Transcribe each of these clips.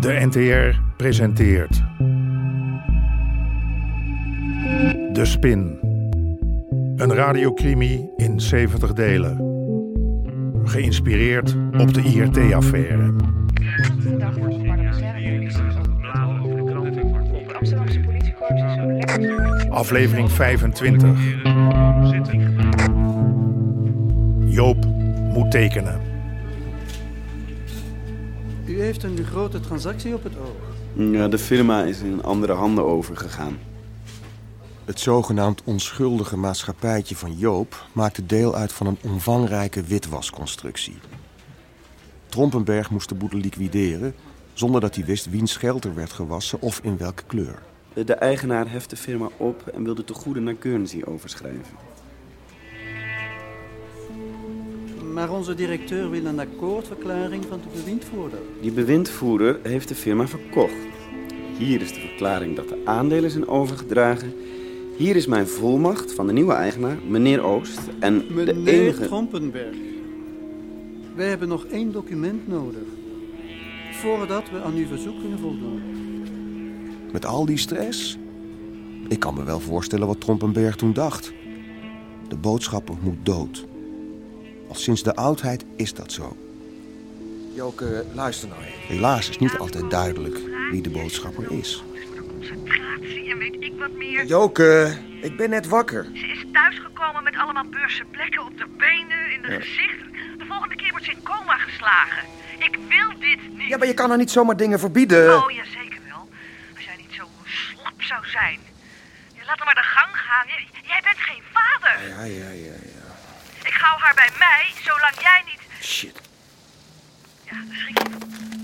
De NTR presenteert De Spin. Een radiocrimi in 70 delen. Geïnspireerd op de IRT-affaire. Vandaag wordt de Amsterdamse politiekorps is zo lekker. Aflevering 25. Joop moet tekenen. U heeft een grote transactie op het oog. Ja, de firma is in andere handen overgegaan. Het zogenaamd onschuldige maatschappijtje van Joop maakte deel uit van een omvangrijke witwasconstructie. Trompenberg moest de boedel liquideren zonder dat hij wist wiens geld er werd gewassen of in welke kleur. De eigenaar heft de firma op en wil de tegoeden naar Guernsey overschrijven. Maar onze directeur wil een akkoordverklaring van de bewindvoerder. Die bewindvoerder heeft de firma verkocht. Hier is de verklaring dat de aandelen zijn overgedragen. Hier is mijn volmacht van de nieuwe eigenaar, meneer Oost. En de Meneer enige... Trompenberg, wij hebben nog 1 document nodig voordat we aan uw verzoek kunnen voldoen. Met al die stress? Ik kan me wel voorstellen wat Trompenberg toen dacht. De boodschapper moet dood. Al sinds de oudheid is dat zo. Joke, luister nou even. Helaas is niet altijd duidelijk wie de boodschapper is. Concentratie en weet ik wat meer. Joke, ik ben net wakker. Ze is thuisgekomen met allemaal beurse plekken op de benen, in het gezicht. De volgende keer wordt ze in coma geslagen. Ik wil dit niet. Ja, maar je kan haar niet zomaar dingen verbieden. Oh, ja, zeker wel. Als jij niet zo slap zou zijn. Je laat haar maar de gang gaan. Jij bent geen vader. Ja. Ik hou haar bij mij, zolang jij niet... Shit. Ja, daar schrik je.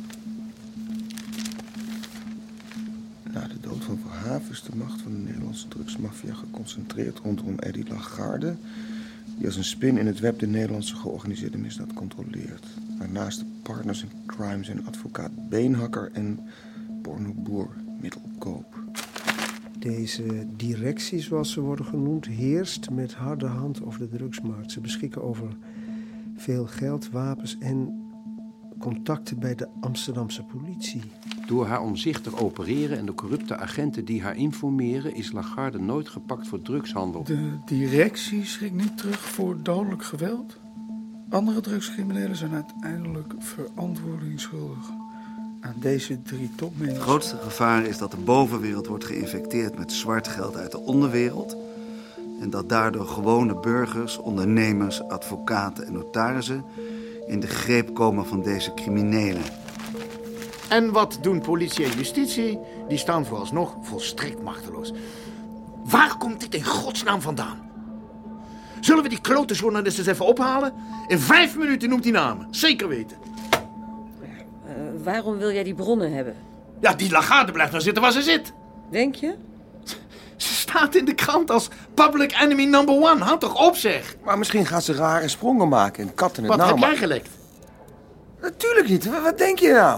Na de dood van Verhaven is de macht van de Nederlandse drugsmafia geconcentreerd rondom Eddy Lagarde, die als een spin in het web de Nederlandse georganiseerde misdaad controleert. Waarnaast de partners in crime zijn advocaat Beenhakker en pornoboer Middelkoop. Deze directie, zoals ze worden genoemd, heerst met harde hand over de drugsmarkt. Ze beschikken over veel geld, wapens en contacten bij de Amsterdamse politie. Door haar omzichtig opereren en de corrupte agenten die haar informeren, is Lagarde nooit gepakt voor drugshandel. De directie schrikt niet terug voor dodelijk geweld. Andere drugscriminelen zijn uiteindelijk verantwoording schuldig aan deze 3 topmensen. Het grootste gevaar is dat de bovenwereld wordt geïnfecteerd met zwart geld uit de onderwereld. En dat daardoor gewone burgers, ondernemers, advocaten en notarissen in de greep komen van deze criminelen. En wat doen politie en justitie? Die staan vooralsnog volstrekt machteloos. Waar komt dit in godsnaam vandaan? Zullen we die klote journalist eens even ophalen? In 5 minuten noemt hij namen. Zeker weten. Waarom wil jij die bronnen hebben? Ja, die Lagarde blijft nou zitten waar ze zit. Denk je? Ze staat in de krant als public enemy number 1. Houd toch op, zeg. Maar misschien gaat ze rare sprongen maken en katten het Wat nou. heb jij gelekt? Natuurlijk niet. Wat denk je nou?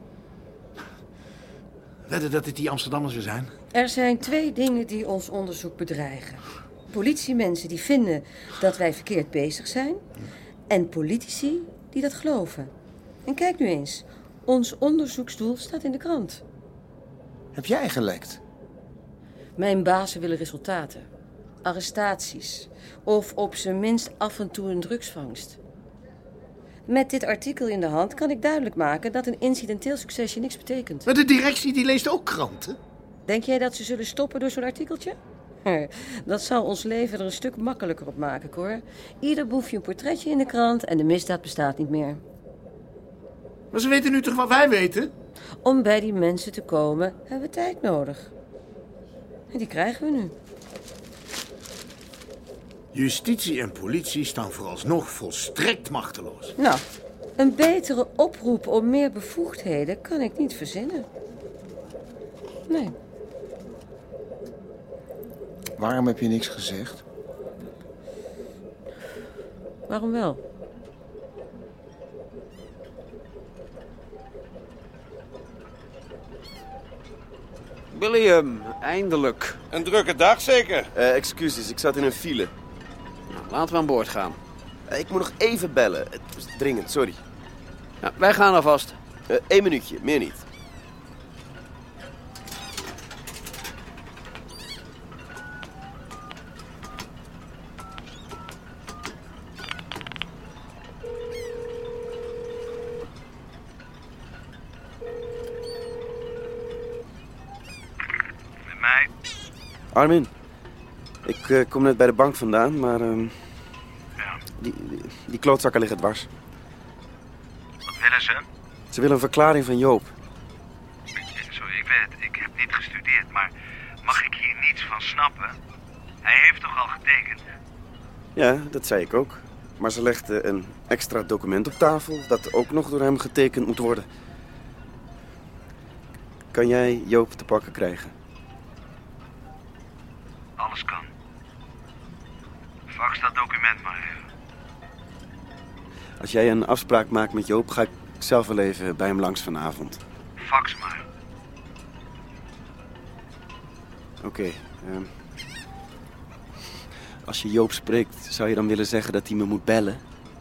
Wedden dat het die Amsterdammers weer zijn? Er zijn 2 dingen die ons onderzoek bedreigen. Politiemensen die vinden dat wij verkeerd bezig zijn. En politici die dat geloven. En kijk nu eens. Ons onderzoeksdoel staat in de krant. Heb jij gelekt? Mijn bazen willen resultaten. Arrestaties. Of op zijn minst af en toe een drugsvangst. Met dit artikel in de hand kan ik duidelijk maken dat een incidenteel succesje niks betekent. Maar de directie die leest ook kranten. Denk jij dat ze zullen stoppen door zo'n artikeltje? Dat zal ons leven er een stuk makkelijker op maken, Cor. Ieder boefje een portretje in de krant en de misdaad bestaat niet meer. Maar ze weten nu toch wat wij weten? Om bij die mensen te komen hebben we tijd nodig. En die krijgen we nu. Justitie en politie staan vooralsnog volstrekt machteloos. Nou, een betere oproep om meer bevoegdheden kan ik niet verzinnen. Nee. Waarom heb je niks gezegd? Waarom wel? William, eindelijk. Een drukke dag zeker? Excuses, ik zat in een file. Nou, laten we aan boord gaan. Ik moet nog even bellen. Het is dringend, sorry. Ja, wij gaan alvast. 1 minuutje, meer niet. Armin, ik kom net bij de bank vandaan, maar Ja. die klootzakken liggen dwars. Wat willen ze? Ze willen een verklaring van Joop. Sorry, ik weet het. Ik heb niet gestudeerd, maar mag ik hier niets van snappen? Hij heeft toch al getekend? Ja, dat zei ik ook. Maar ze legde een extra document op tafel dat ook nog door hem getekend moet worden. Kan jij Joop te pakken krijgen? Alles kan. Fax dat document maar even. Als jij een afspraak maakt met Joop, ga ik zelf wel even bij hem langs vanavond. Fax maar. Oké. Als je Joop spreekt, zou je dan willen zeggen dat hij me moet bellen?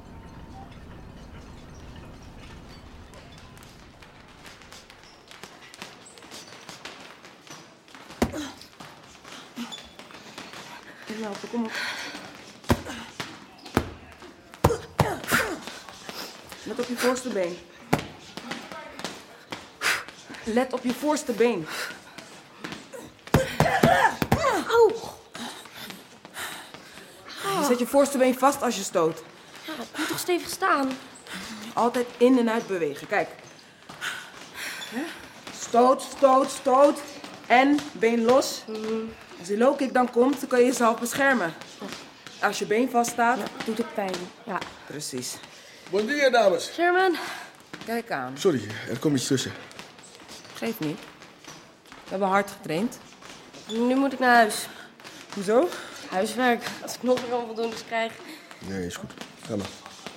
Kom op. Let op je voorste been. Let op je voorste been. Au! Je zet je voorste been vast als je stoot. Ja, het moet toch stevig staan? Altijd in en uit bewegen. Kijk. Stoot, stoot, stoot. En been los. Als die low kick dan komt, dan kan je jezelf beschermen. Als je been vaststaat, doet het pijn. Ja. Precies. Bon dia, dames. Sherman. Kijk aan. Sorry, er komt iets tussen. Geeft niet. We hebben hard getraind. Nu moet ik naar huis. Hoezo? Huiswerk. Als ik nog meer onvoldoendes krijg. Nee, is goed. Ga maar.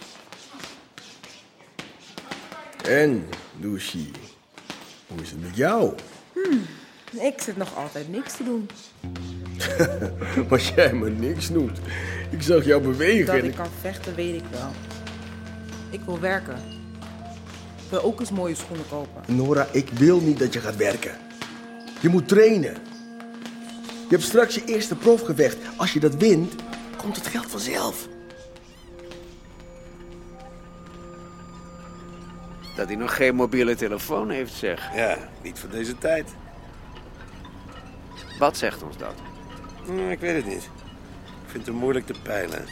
En, Lucy, hoe is het met jou? Ik zit nog altijd niks te doen. Als jij me niks noemt. Ik zag jou bewegen. Dat ik kan vechten, weet ik wel. Ik wil werken. Ik wil ook eens mooie schoenen kopen. Nora, ik wil niet dat je gaat werken. Je moet trainen. Je hebt straks je eerste profgevecht. Als je dat wint, komt het geld vanzelf. Dat hij nog geen mobiele telefoon heeft, zeg. Ja, niet voor deze tijd. Wat zegt ons dat? Ik weet het niet. Ik vind het moeilijk te peilen.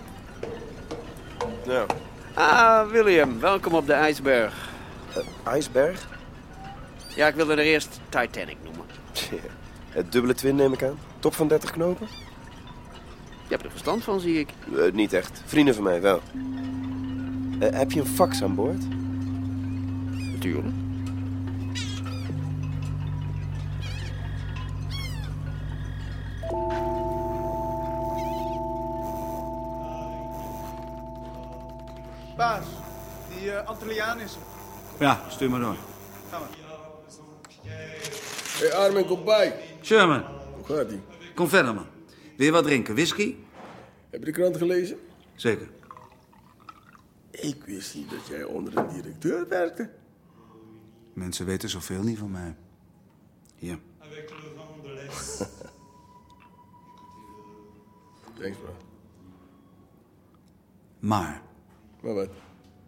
Nou. Ah, William, welkom op de ijsberg. IJsberg? Ja, ik wilde er eerst Titanic noemen. Het dubbele twin neem ik aan. Top van 30 knopen? Je hebt er verstand van, zie ik. Niet echt. Vrienden van mij wel. Heb je een fax aan boord? Natuurlijk. Baas, die Antilliaan is er. Ja, stuur maar door. Ga maar. Hé, Armin, kom bij. Sherman. Hoe gaat ie? Kom verder, man. Wil je wat drinken? Whisky? Heb je de krant gelezen? Zeker. Ik wist niet dat jij onder een directeur werkte. Mensen weten zoveel niet van mij. Hier. Thanks, bro. Maar Maar wat?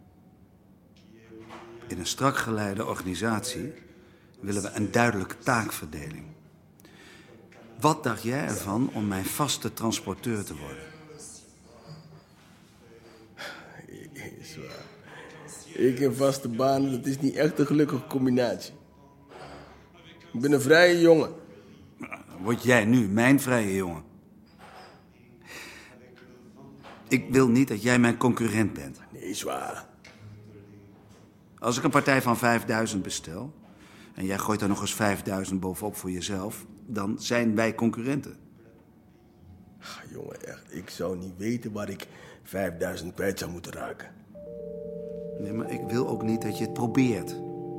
in een strak geleide organisatie willen we een duidelijke taakverdeling. Wat dacht jij ervan om mijn vaste transporteur te worden? Is waar. Ik en vaste banen, dat is niet echt een gelukkige combinatie. Ik ben een vrije jongen. Dan word jij nu mijn vrije jongen. Ik wil niet dat jij mijn concurrent bent. Nee, is waar. Als ik een partij van 5000 bestel en jij gooit er nog eens 5000 bovenop voor jezelf, dan zijn wij concurrenten. Ach, jongen, echt. Ik zou niet weten waar ik 5000 kwijt zou moeten raken. Nee, maar ik wil ook niet dat je het probeert.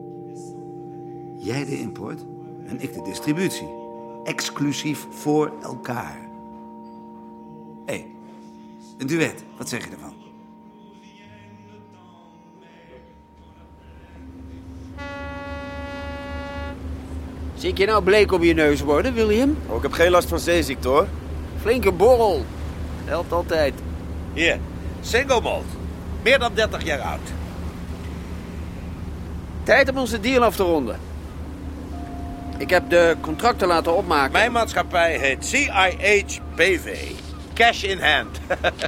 Jij de import en ik de distributie. Exclusief voor elkaar. Hé, een duet. Wat zeg je ervan? Zie ik je nou bleek op je neus worden, William? Oh, ik heb geen last van zeeziekte, hoor. Flinke borrel. Helpt altijd. Hier, single malt. Meer dan 30 jaar oud. Tijd om onze deal af te ronden. Ik heb de contracten laten opmaken. Mijn maatschappij heet CIH BV. Cash in hand.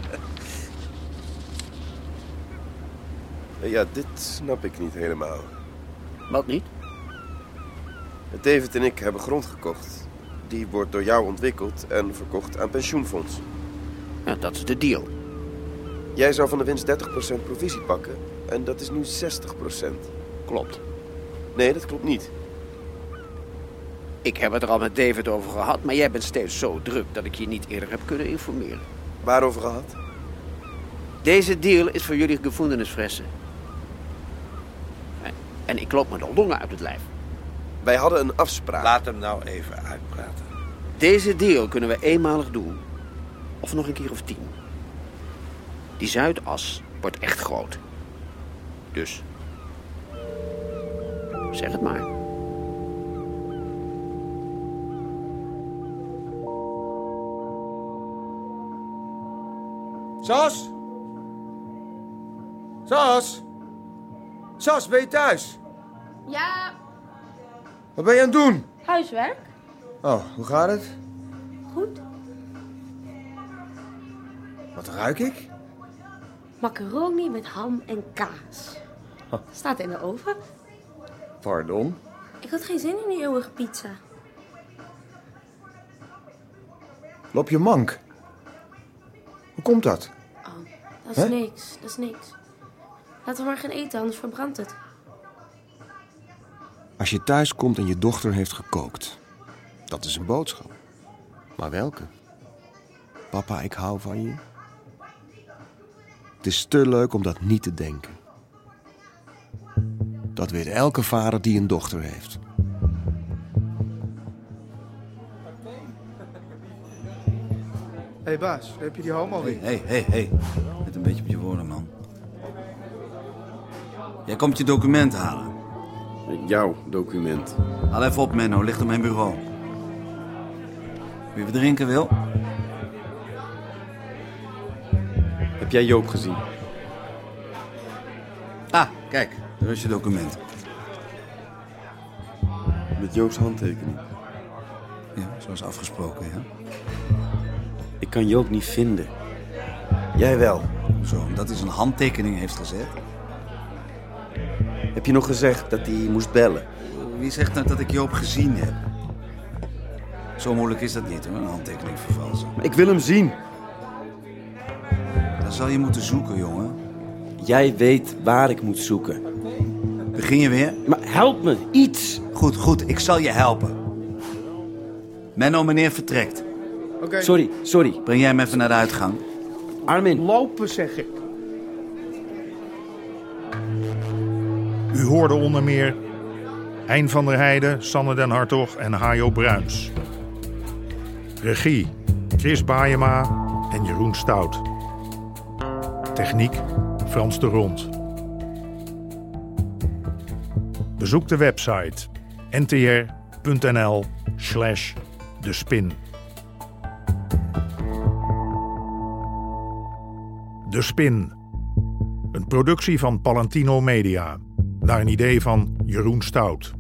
Ja, dit snap ik niet helemaal. Wat niet? David en ik hebben grond gekocht. Die wordt door jou ontwikkeld en verkocht aan pensioenfonds. Ja, dat is de deal. Jij zou van de winst 30% provisie pakken en dat is nu 60%. Klopt. Nee, dat klopt niet. Ik heb het er al met David over gehad, maar jij bent steeds zo druk dat ik je niet eerder heb kunnen informeren. Waarover gehad? Deze deal is voor jullie gevangenisfressen. En ik loop me de longen uit het lijf. Wij hadden een afspraak. Laat hem nou even uitpraten. Deze deal kunnen we eenmalig doen. Of nog een keer of 10. Die Zuidas wordt echt groot. Dus. Zeg het maar. Sas? Sas? Sas, ben je thuis? Ja, Wat ben je aan het doen? huiswerk. Oh, hoe gaat het? Goed. Wat ruik ik? Macaroni met ham en kaas. Staat in de oven. Pardon? Ik had geen zin in die eeuwige pizza. Loop je mank? Hoe komt dat? Dat is niks, dat is niks. Laten we maar gaan eten, anders verbrandt het. Als je thuis komt en je dochter heeft gekookt, dat is een boodschap. Maar welke? Papa, ik hou van je. Het is te leuk om dat niet te denken. Dat weet elke vader die een dochter heeft. Hé baas, heb je die homo weer? Hé. Let een beetje op je woorden, man. Jij komt je document halen. Jouw document. Haal even op, Menno. Ligt op mijn bureau. Wie we drinken wil? Heb jij Joop gezien? Ah, kijk. Daar is je document. Met Joop's handtekening. Ja, zoals afgesproken, ja. Ik kan Joop niet vinden. Jij wel. Zo, omdat hij zijn handtekening heeft gezet. Heb je nog gezegd dat hij moest bellen? Wie zegt nou dat ik Joop gezien heb? Zo moeilijk is dat niet, hoor, een handtekening vervalsen. Maar ik wil hem zien. Dan zal je moeten zoeken, jongen. Jij weet waar ik moet zoeken. Begin je weer? Maar help me, iets. Goed, ik zal je helpen. Menno, meneer vertrekt. Oké. Sorry. Breng jij hem even naar de uitgang. Armin. Lopen, zeg ik. U hoorde onder meer Hein van der Heijden, Sanne den Hartog en Hajo Bruins. Regie Chris Baayema en Jeroen Stout. Techniek Frans de Rond. Bezoek de website ntr.nl/despin. De Spin. Een productie van Palantino Media. Naar een idee van Jeroen Stout.